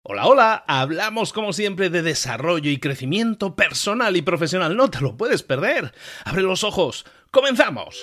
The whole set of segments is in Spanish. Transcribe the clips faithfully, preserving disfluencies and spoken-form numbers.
Hola, hola, hablamos como siempre de desarrollo y crecimiento personal y profesional. No te lo puedes perder. Abre los ojos. ¡Comenzamos!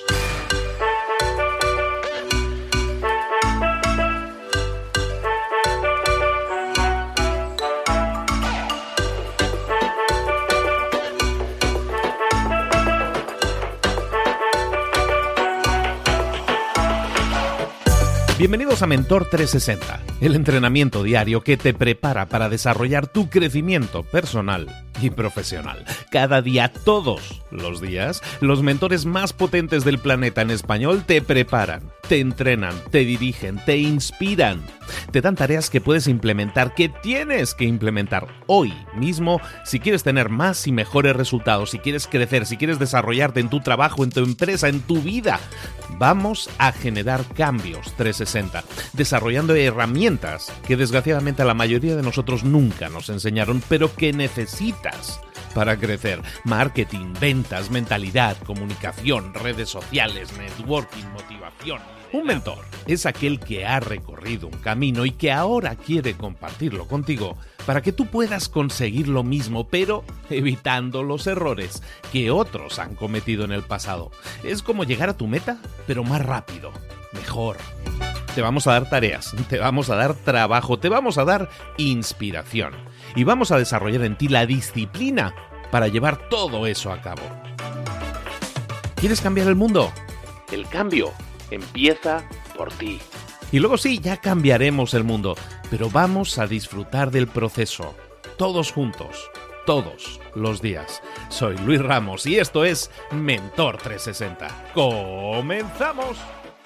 Bienvenidos a Mentor trescientos sesenta, el entrenamiento diario que te prepara para desarrollar tu crecimiento personal y profesional. Cada día, todos los días, los mentores más potentes del planeta en español te preparan, te entrenan, te dirigen, te inspiran, te dan tareas que puedes implementar, que tienes que implementar hoy mismo si quieres tener más y mejores resultados, si quieres crecer, si quieres desarrollarte en tu trabajo, en tu empresa, en tu vida. Vamos a generar cambios trescientos sesenta, desarrollando herramientas que desgraciadamente a la mayoría de nosotros nunca nos enseñaron, pero que necesitas para crecer. Marketing, ventas, mentalidad, comunicación, redes sociales, networking, motivación. Un mentor es aquel que ha recorrido un camino y que ahora quiere compartirlo contigo para que tú puedas conseguir lo mismo, pero evitando los errores que otros han cometido en el pasado. Es como llegar a tu meta, pero más rápido, mejor. Te vamos a dar tareas, te vamos a dar trabajo, te vamos a dar inspiración y vamos a desarrollar en ti la disciplina para llevar todo eso a cabo. ¿Quieres cambiar el mundo? El cambio empieza por ti. Y luego sí, ya cambiaremos el mundo, pero vamos a disfrutar del proceso, todos juntos, todos los días. Soy Luis Ramos y esto es Mentor trescientos sesenta. ¡Comenzamos!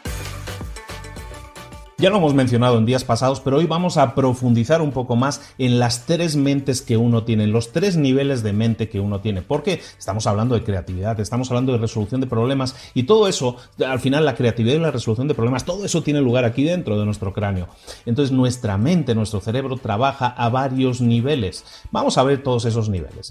Ya lo hemos mencionado en días pasados, pero hoy vamos a profundizar un poco más en las tres mentes que uno tiene, en los tres niveles de mente que uno tiene. Porque estamos hablando de creatividad, estamos hablando de resolución de problemas y todo eso, al final la creatividad y la resolución de problemas, todo eso tiene lugar aquí dentro de nuestro cráneo. Entonces nuestra mente, nuestro cerebro trabaja a varios niveles. Vamos a ver todos esos niveles.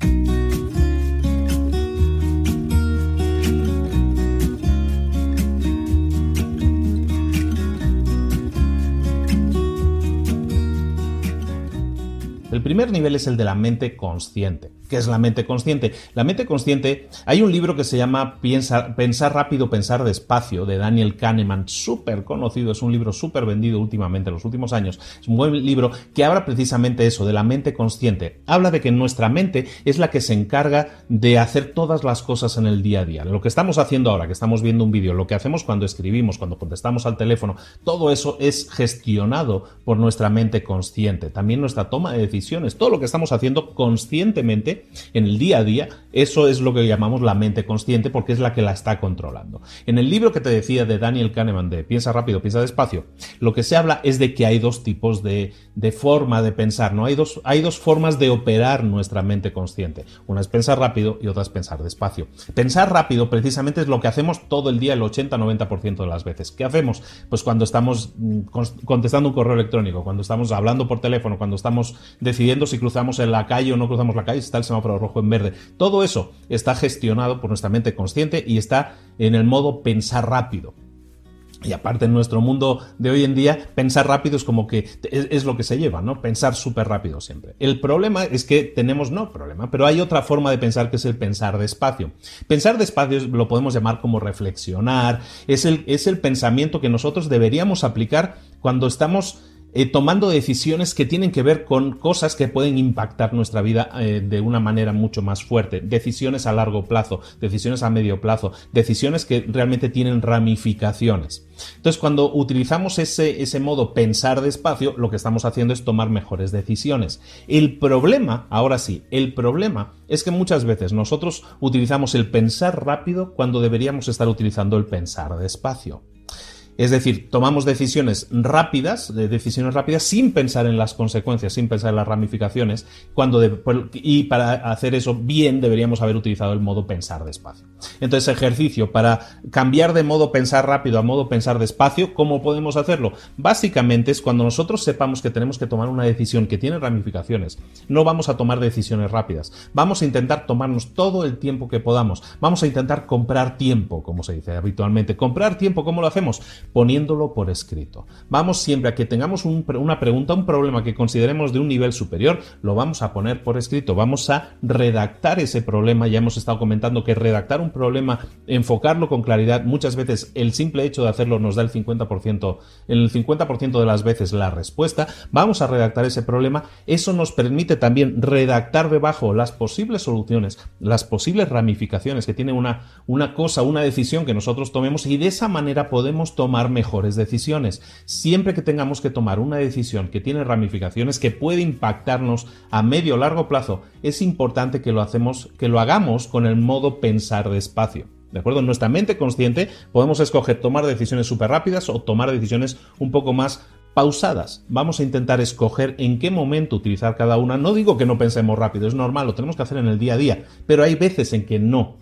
El primer nivel es el de la mente consciente. ¿Qué es la mente consciente? La mente consciente, hay un libro que se llama Piensa, Pensar rápido, pensar despacio, de Daniel Kahneman, súper conocido, es un libro súper vendido últimamente en los últimos años. Es un buen libro que habla precisamente eso, de la mente consciente. Habla de que nuestra mente es la que se encarga de hacer todas las cosas en el día a día. Lo que estamos haciendo ahora, que estamos viendo un vídeo, lo que hacemos cuando escribimos, cuando contestamos al teléfono, todo eso es gestionado por nuestra mente consciente. También nuestra toma de decisiones, todo lo que estamos haciendo conscientemente en el día a día, eso es lo que llamamos la mente consciente porque es la que la está controlando. En el libro que te decía de Daniel Kahneman de Piensa rápido, piensa despacio, lo que se habla es de que hay dos tipos de, de forma de pensar, ¿no? Hay dos, hay dos formas de operar nuestra mente consciente. Una es pensar rápido y otra es pensar despacio. Pensar rápido precisamente es lo que hacemos todo el día, el ochenta a noventa por ciento de las veces. ¿Qué hacemos? Pues cuando estamos contestando un correo electrónico, cuando estamos hablando por teléfono, cuando estamos decidiendo si cruzamos en la calle o no cruzamos la calle, si está el semáforo rojo en verde. Todo eso está gestionado por nuestra mente consciente y está en el modo pensar rápido. Y aparte en nuestro mundo de hoy en día, pensar rápido es como que es, es lo que se lleva, ¿no? Pensar súper rápido siempre. El problema es que tenemos, no problema, pero hay otra forma de pensar que es el pensar despacio. Pensar despacio lo podemos llamar como reflexionar, es el, es el pensamiento que nosotros deberíamos aplicar cuando estamos Eh, tomando decisiones que tienen que ver con cosas que pueden impactar nuestra vida eh, de una manera mucho más fuerte. Decisiones a largo plazo, decisiones a medio plazo, decisiones que realmente tienen ramificaciones. Entonces, cuando utilizamos ese, ese modo pensar despacio, lo que estamos haciendo es tomar mejores decisiones. El problema, ahora sí, el problema es que muchas veces nosotros utilizamos el pensar rápido cuando deberíamos estar utilizando el pensar despacio. Es decir, tomamos decisiones rápidas, decisiones rápidas sin pensar en las consecuencias, sin pensar en las ramificaciones, cuando de, y para hacer eso bien deberíamos haber utilizado el modo pensar despacio. Entonces, ejercicio para cambiar de modo pensar rápido a modo pensar despacio, ¿cómo podemos hacerlo? Básicamente es cuando nosotros sepamos que tenemos que tomar una decisión que tiene ramificaciones, no vamos a tomar decisiones rápidas, vamos a intentar tomarnos todo el tiempo que podamos, vamos a intentar comprar tiempo, como se dice habitualmente. ¿Comprar tiempo cómo lo hacemos? poniéndolo por escrito. Vamos siempre a que tengamos un, una pregunta, un problema que consideremos de un nivel superior, lo vamos a poner por escrito, vamos a redactar ese problema. Ya hemos estado comentando que redactar un problema, enfocarlo con claridad, muchas veces el simple hecho de hacerlo nos da el cincuenta por ciento, en el cincuenta por ciento de las veces la respuesta. Vamos a redactar ese problema, eso nos permite también redactar debajo las posibles soluciones, las posibles ramificaciones que tiene una, una cosa, una decisión que nosotros tomemos, y de esa manera podemos tomar mejores decisiones. Siempre que tengamos que tomar una decisión que tiene ramificaciones, que puede impactarnos a medio o largo plazo, es importante que lo hacemos, que lo hagamos con el modo pensar despacio. ¿De acuerdo? En nuestra mente consciente podemos escoger tomar decisiones súper rápidas o tomar decisiones un poco más pausadas. Vamos a intentar escoger en qué momento utilizar cada una. No digo que no pensemos rápido, es normal, lo tenemos que hacer en el día a día, pero hay veces en que no.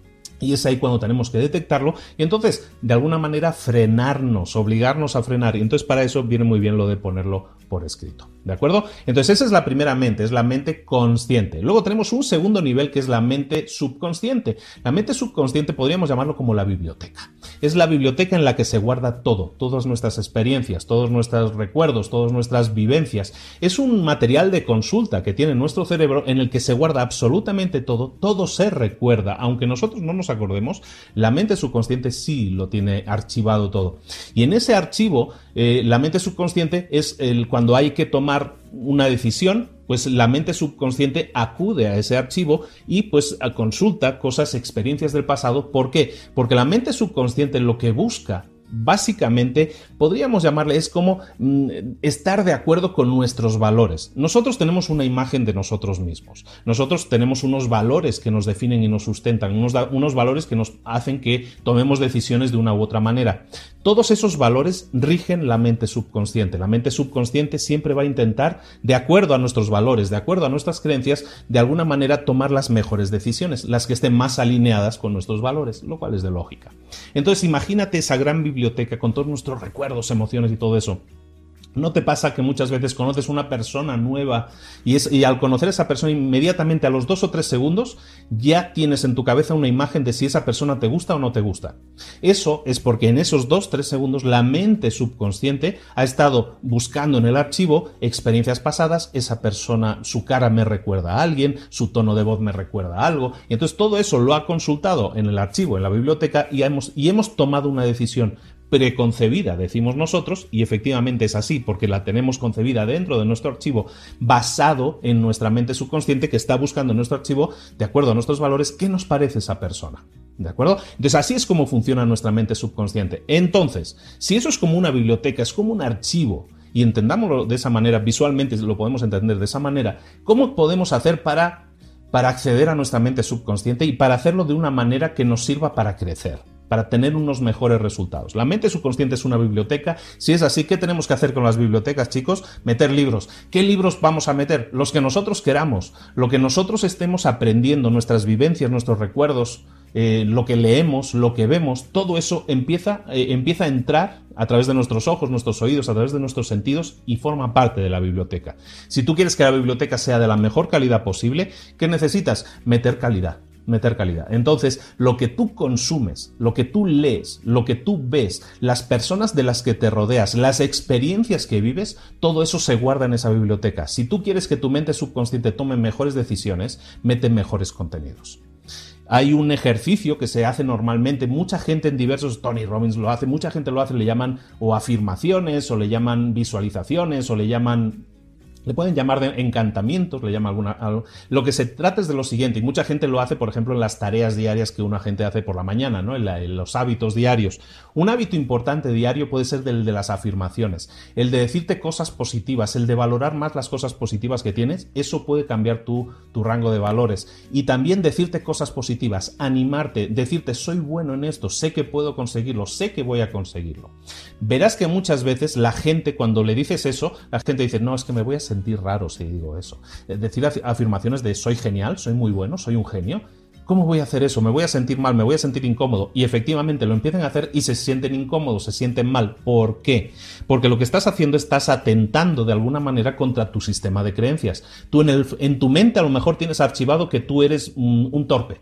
Y es ahí cuando tenemos que detectarlo y entonces, de alguna manera, frenarnos, obligarnos a frenar. Y entonces para eso viene muy bien lo de ponerlo por escrito. ¿De acuerdo? Entonces esa es la primera mente, es la mente consciente. Luego tenemos un segundo nivel que es la mente subconsciente. La mente subconsciente podríamos llamarlo como la biblioteca. Es la biblioteca en la que se guarda todo, todas nuestras experiencias, todos nuestros recuerdos, todas nuestras vivencias. Es un material de consulta que tiene nuestro cerebro en el que se guarda absolutamente todo, todo se recuerda. Aunque nosotros no nos acordemos, la mente subconsciente sí lo tiene archivado todo. Y en ese archivo, eh, la mente subconsciente es el, cuando hay que tomar una decisión, pues la mente subconsciente acude a ese archivo y pues consulta cosas, experiencias del pasado. ¿Por qué? Porque la mente subconsciente lo que busca, básicamente, podríamos llamarle, es como mm, estar de acuerdo con nuestros valores. Nosotros tenemos una imagen de nosotros mismos. Nosotros tenemos unos valores que nos definen y nos sustentan, unos, unos valores que nos hacen que tomemos decisiones de una u otra manera. Todos esos valores rigen la mente subconsciente. La mente subconsciente siempre va a intentar, de acuerdo a nuestros valores, de acuerdo a nuestras creencias, de alguna manera tomar las mejores decisiones, las que estén más alineadas con nuestros valores, lo cual es de lógica. Entonces, imagínate esa gran biblioteca con todos nuestros recuerdos, emociones y todo eso. ¿No te pasa que muchas veces conoces una persona nueva y, es, y al conocer a esa persona inmediatamente a los dos o tres segundos ya tienes en tu cabeza una imagen de si esa persona te gusta o no te gusta? Eso es porque en esos dos o tres segundos la mente subconsciente ha estado buscando en el archivo experiencias pasadas. Esa persona, su cara me recuerda a alguien, su tono de voz me recuerda a algo, y entonces todo eso lo ha consultado en el archivo, en la biblioteca, y hemos, y hemos tomado una decisión preconcebida, decimos nosotros, y efectivamente es así, porque la tenemos concebida dentro de nuestro archivo, basado en nuestra mente subconsciente que está buscando en nuestro archivo, de acuerdo a nuestros valores, qué nos parece esa persona. ¿De acuerdo? Entonces así es como funciona nuestra mente subconsciente. Entonces, si eso es como una biblioteca, es como un archivo, y entendámoslo de esa manera, visualmente lo podemos entender de esa manera, ¿cómo podemos hacer para, para acceder a nuestra mente subconsciente y para hacerlo de una manera que nos sirva para crecer, para tener unos mejores resultados? La mente subconsciente es una biblioteca. Si es así, ¿qué tenemos que hacer con las bibliotecas, chicos? Meter libros. ¿Qué libros vamos a meter? Los que nosotros queramos, lo que nosotros estemos aprendiendo, nuestras vivencias, nuestros recuerdos, eh, lo que leemos, lo que vemos, todo eso empieza, eh, empieza a entrar a través de nuestros ojos, nuestros oídos, a través de nuestros sentidos, y forma parte de la biblioteca. Si tú quieres que la biblioteca sea de la mejor calidad posible, ¿qué necesitas? Meter calidad. meter calidad. Entonces, lo que tú consumes, lo que tú lees, lo que tú ves, las personas de las que te rodeas, las experiencias que vives, todo eso se guarda en esa biblioteca. Si tú quieres que tu mente subconsciente tome mejores decisiones, mete mejores contenidos. Hay un ejercicio que se hace normalmente, mucha gente en diversos, Tony Robbins lo hace, mucha gente lo hace, le llaman o afirmaciones, o le llaman visualizaciones, o le llaman... Le pueden llamar de encantamientos, le llaman alguna... Algo. Lo que se trata es de lo siguiente, y mucha gente lo hace, por ejemplo, en las tareas diarias que una gente hace por la mañana, ¿no? En, la, en los hábitos diarios. Un hábito importante diario puede ser el de las afirmaciones, el de decirte cosas positivas, el de valorar más las cosas positivas que tienes. Eso puede cambiar tu, tu rango de valores. Y también decirte cosas positivas, animarte, decirte soy bueno en esto, sé que puedo conseguirlo, sé que voy a conseguirlo. Verás que muchas veces la gente, cuando le dices eso, la gente dice, no, es que me voy a sentir sentir raro si digo eso. Decir afirmaciones de soy genial, soy muy bueno, soy un genio. ¿Cómo voy a hacer eso? Me voy a sentir mal, me voy a sentir incómodo. Y efectivamente lo empiezan a hacer y se sienten incómodos, se sienten mal. ¿Por qué? Porque lo que estás haciendo, estás atentando de alguna manera contra tu sistema de creencias. Tú en, el, en tu mente a lo mejor tienes archivado que tú eres un, un torpe.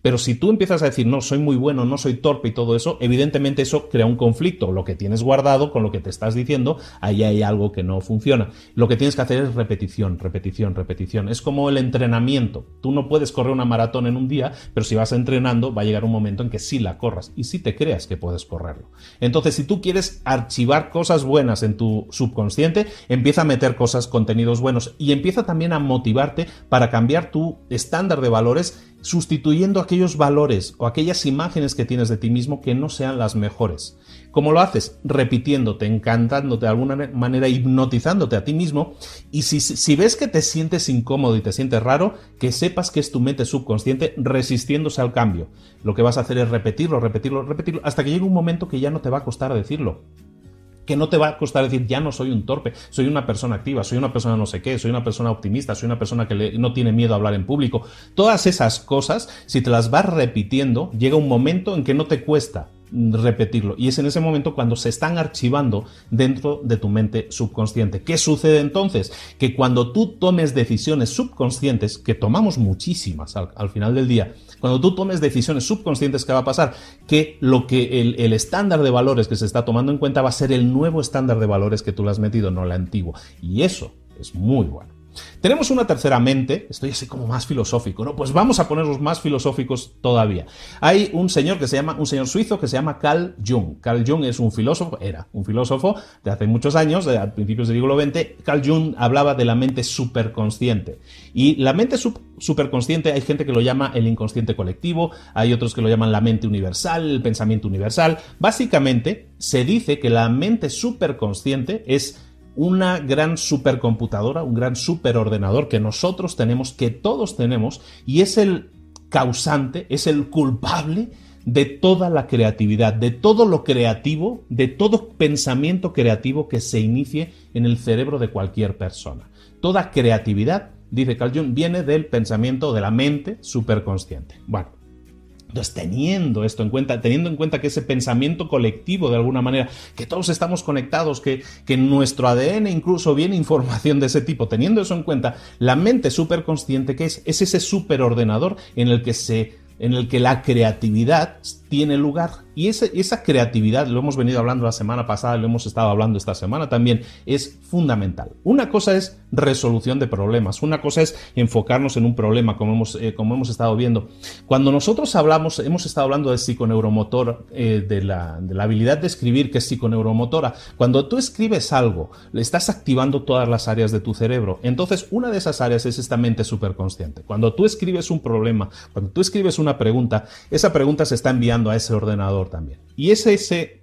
Pero si tú empiezas a decir, no, soy muy bueno, no soy torpe y todo eso, evidentemente eso crea un conflicto. Lo que tienes guardado con lo que te estás diciendo, ahí hay algo que no funciona. Lo que tienes que hacer es repetición, repetición, repetición. Es como el entrenamiento. Tú no puedes correr una maratón en un día, pero si vas entrenando va a llegar un momento en que sí la corras y sí te creas que puedes correrlo. Entonces, si tú quieres archivar cosas buenas en tu subconsciente, empieza a meter cosas, contenidos buenos y empieza también a motivarte para cambiar tu estándar de valores, sustituyendo aquellos valores o aquellas imágenes que tienes de ti mismo que no sean las mejores. ¿Cómo lo haces? Repitiéndote, encantándote de alguna manera, hipnotizándote a ti mismo. Y si, si ves que te sientes incómodo y te sientes raro, que sepas que es tu mente subconsciente resistiéndose al cambio. Lo que vas a hacer es repetirlo, repetirlo, repetirlo, hasta que llegue un momento que ya no te va a costar decirlo. Que no te va a costar decir, ya no soy un torpe, soy una persona activa, soy una persona no sé qué, soy una persona optimista, soy una persona que le, no tiene miedo a hablar en público. Todas esas cosas, si te las vas repitiendo, llega un momento en que no te cuesta repetirlo. Y es en ese momento cuando se están archivando dentro de tu mente subconsciente. ¿Qué sucede entonces? Que cuando tú tomes decisiones subconscientes, que tomamos muchísimas al, al final del día, cuando tú tomes decisiones subconscientes, ¿qué va a pasar? Que lo que el, el estándar de valores que se está tomando en cuenta va a ser el nuevo estándar de valores que tú le has metido, no el antiguo. Y eso es muy bueno. Tenemos una tercera mente, estoy así como más filosófico, ¿no? Pues vamos a ponernos más filosóficos todavía. Hay un señor que se llama, un señor suizo que se llama Carl Jung. Carl Jung es un filósofo, era un filósofo de hace muchos años, de, a principios del siglo veinte. Carl Jung hablaba de la mente superconsciente. Y la mente sub, superconsciente, hay gente que lo llama el inconsciente colectivo, hay otros que lo llaman la mente universal, el pensamiento universal. Básicamente, se dice que la mente superconsciente es una gran supercomputadora, un gran superordenador que nosotros tenemos, que todos tenemos, y es el causante, es el culpable de toda la creatividad, de todo lo creativo, de todo pensamiento creativo que se inicie en el cerebro de cualquier persona. Toda creatividad, dice Carl Jung, viene del pensamiento de la mente superconsciente. Bueno, entonces, teniendo esto en cuenta, teniendo en cuenta que ese pensamiento colectivo, de alguna manera, que todos estamos conectados, que, que en nuestro A D N incluso viene información de ese tipo, teniendo eso en cuenta, la mente superconsciente, ¿qué es? Es ese superordenador en el que se, en el que la creatividad tiene lugar. Y ese, esa creatividad, lo hemos venido hablando la semana pasada, lo hemos estado hablando esta semana también, es fundamental. Una cosa es resolución de problemas, una cosa es enfocarnos en un problema, como hemos, eh, como hemos estado viendo. Cuando nosotros hablamos, hemos estado hablando de psiconeuromotor, eh, de, la, de la habilidad de escribir, que es psiconeuromotora. Cuando tú escribes algo, le estás activando todas las áreas de tu cerebro. Entonces, una de esas áreas es esta mente superconsciente. Cuando tú escribes un problema, cuando tú escribes una pregunta, esa pregunta se está enviando a ese ordenador también. Y es ese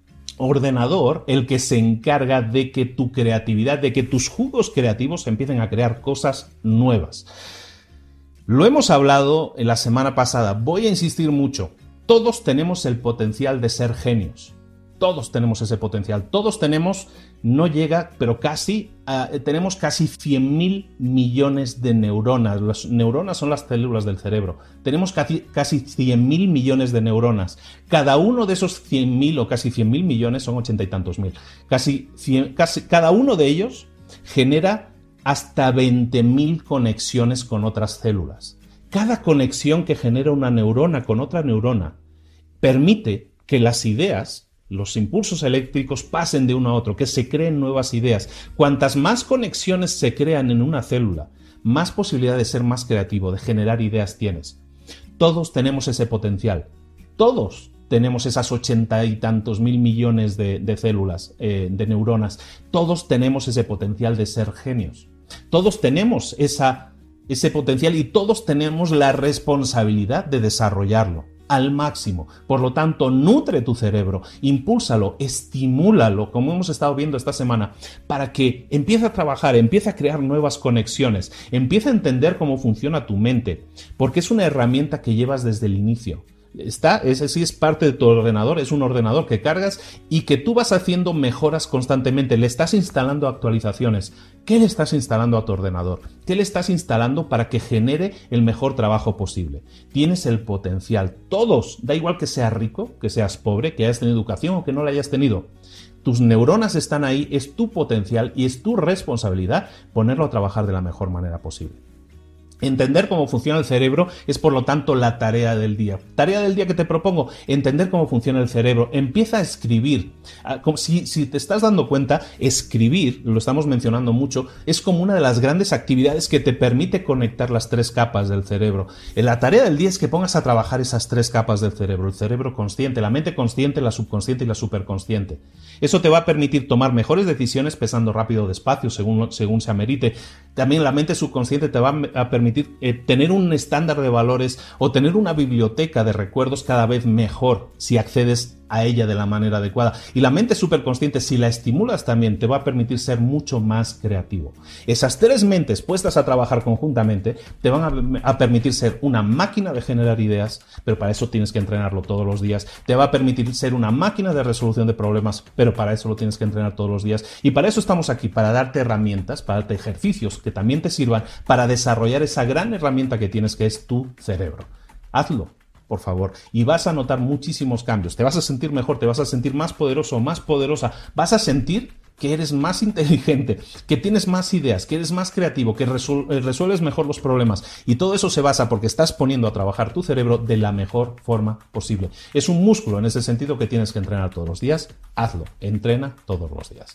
ordenador el que se encarga de que tu creatividad, de que tus jugos creativos empiecen a crear cosas nuevas. Lo hemos hablado en la semana pasada, voy a insistir mucho. Todos tenemos el potencial de ser genios. Todos tenemos ese potencial. Todos tenemos, no llega, pero casi, uh, tenemos casi cien mil millones de neuronas. Las neuronas son las células del cerebro. Tenemos casi, casi cien mil millones de neuronas. Cada uno de esos cien mil o casi cien mil millones, son ochenta y tantos mil. Casi, cien, casi cada uno de ellos genera hasta veinte mil conexiones con otras células. Cada conexión que genera una neurona con otra neurona permite que las ideas, los impulsos eléctricos, pasen de uno a otro, que se creen nuevas ideas. Cuantas más conexiones se crean en una célula, más posibilidad de ser más creativo, de generar ideas tienes. Todos tenemos ese potencial. Todos tenemos esas ochenta y tantos mil millones de, de células, eh, de neuronas. Todos tenemos ese potencial de ser genios. Todos tenemos esa, ese potencial y todos tenemos la responsabilidad de desarrollarlo al máximo. Por lo tanto, nutre tu cerebro, impúlsalo, estimúlalo, como hemos estado viendo esta semana, para que empiece a trabajar, empiece a crear nuevas conexiones, empiece a entender cómo funciona tu mente, porque es una herramienta que llevas desde el inicio. Está, ese sí es parte de tu ordenador, es un ordenador que cargas y que tú vas haciendo mejoras constantemente, le estás instalando actualizaciones. ¿Qué le estás instalando a tu ordenador? ¿Qué le estás instalando para que genere el mejor trabajo posible? Tienes el potencial, todos, da igual que seas rico, que seas pobre, que hayas tenido educación o que no la hayas tenido. Tus neuronas están ahí, es tu potencial y es tu responsabilidad ponerlo a trabajar de la mejor manera posible. Entender cómo funciona el cerebro es, por lo tanto, la tarea del día. Tarea del día que te propongo, entender cómo funciona el cerebro. Empieza a escribir. Si, si te estás dando cuenta, escribir, lo estamos mencionando mucho, es como una de las grandes actividades que te permite conectar las tres capas del cerebro. La tarea del día es que pongas a trabajar esas tres capas del cerebro. El cerebro consciente, la mente consciente, la subconsciente y la superconsciente. Eso te va a permitir tomar mejores decisiones pensando rápido o despacio, según, según se amerite. También la mente subconsciente te va a permitir Eh, tener un estándar de valores o tener una biblioteca de recuerdos cada vez mejor si accedes a ella de la manera adecuada. Y la mente superconsciente, si la estimulas también, te va a permitir ser mucho más creativo. Esas tres mentes puestas a trabajar conjuntamente te van a, a permitir ser una máquina de generar ideas, pero para eso tienes que entrenarlo todos los días. Te va a permitir ser una máquina de resolución de problemas, pero para eso lo tienes que entrenar todos los días. Y para eso estamos aquí, para darte herramientas, para darte ejercicios que también te sirvan para desarrollar esa gran herramienta que tienes, que es tu cerebro. Hazlo, por favor, y vas a notar muchísimos cambios. Te vas a sentir mejor, te vas a sentir más poderoso, más poderosa. Vas a sentir que eres más inteligente, que tienes más ideas, que eres más creativo, que resuel- resuelves mejor los problemas. Y todo eso se basa porque estás poniendo a trabajar tu cerebro de la mejor forma posible. Es un músculo en ese sentido que tienes que entrenar todos los días. Hazlo, entrena todos los días.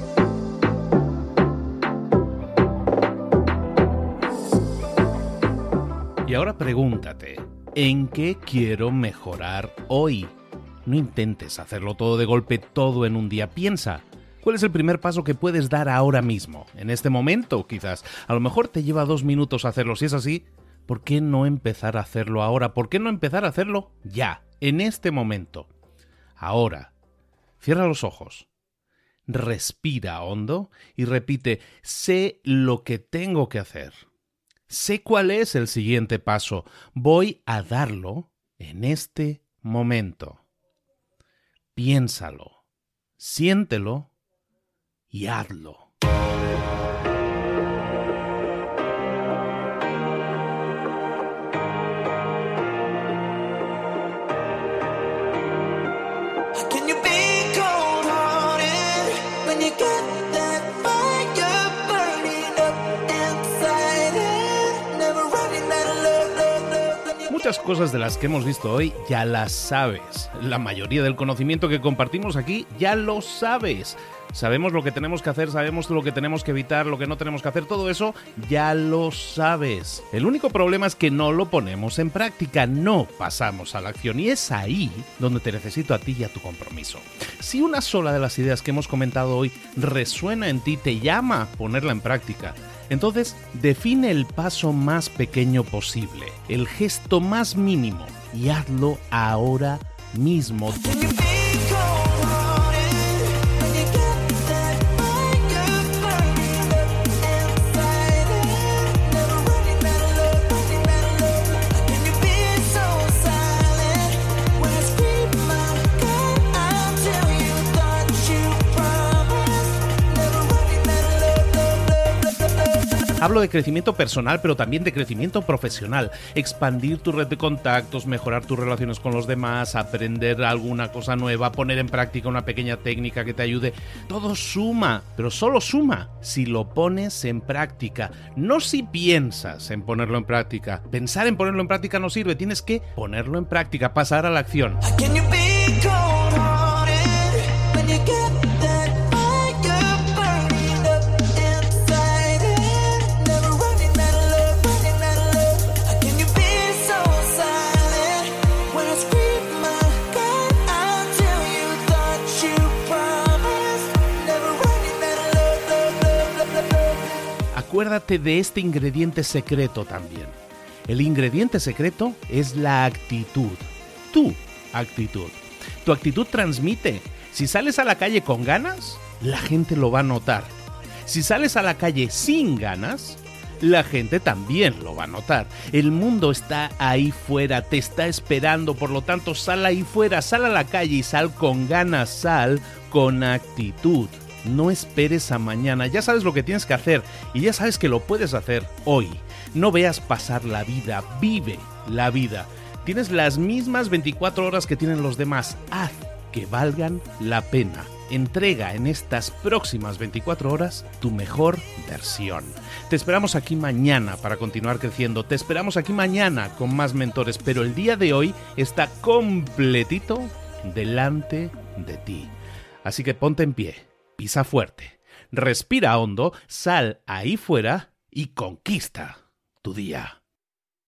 Y ahora pregúntate, ¿en qué quiero mejorar hoy? No intentes hacerlo todo de golpe, todo en un día. Piensa, ¿cuál es el primer paso que puedes dar ahora mismo? En este momento, quizás. A lo mejor te lleva dos minutos hacerlo. Si es así, ¿por qué no empezar a hacerlo ahora? ¿Por qué no empezar a hacerlo ya, en este momento? Ahora, cierra los ojos, respira hondo y repite, sé lo que tengo que hacer. Sé cuál es el siguiente paso. Voy a darlo en este momento. Piénsalo, siéntelo y hazlo. Muchas cosas de las que hemos visto hoy ya las sabes. La mayoría del conocimiento que compartimos aquí ya lo sabes. Sabemos lo que tenemos que hacer, sabemos lo que tenemos que evitar, lo que no tenemos que hacer, todo eso ya lo sabes. El único problema es que no lo ponemos en práctica, no pasamos a la acción, y es ahí donde te necesito a ti y a tu compromiso. Si una sola de las ideas que hemos comentado hoy resuena en ti, te llama a ponerla en práctica, entonces define el paso más pequeño posible, el gesto más mínimo, y hazlo ahora mismo. Hablo de crecimiento personal, pero también de crecimiento profesional. Expandir tu red de contactos, mejorar tus relaciones con los demás, aprender alguna cosa nueva, poner en práctica una pequeña técnica que te ayude. Todo suma, pero solo suma si lo pones en práctica. No si piensas en ponerlo en práctica. Pensar en ponerlo en práctica no sirve. Tienes que ponerlo en práctica, pasar a la acción. Acuérdate de este ingrediente secreto también. El ingrediente secreto es la actitud. Tu actitud. Tu actitud transmite. Si sales a la calle con ganas, la gente lo va a notar. Si sales a la calle sin ganas, la gente también lo va a notar. El mundo está ahí fuera, te está esperando, por lo tanto sal ahí fuera, sal a la calle y sal con ganas, sal con actitud. No esperes a mañana, ya sabes lo que tienes que hacer y ya sabes que lo puedes hacer hoy. No veas pasar la vida, vive la vida. Tienes las mismas veinticuatro horas que tienen los demás, haz que valgan la pena. entrega en estas próximas veinticuatro horas tu mejor versión. Te esperamos aquí mañana para continuar creciendo. Te esperamos aquí mañana con más mentores, pero el día de hoy está completito delante de ti. Así que ponte en pie, pisa fuerte, respira hondo, sal ahí fuera y conquista tu día.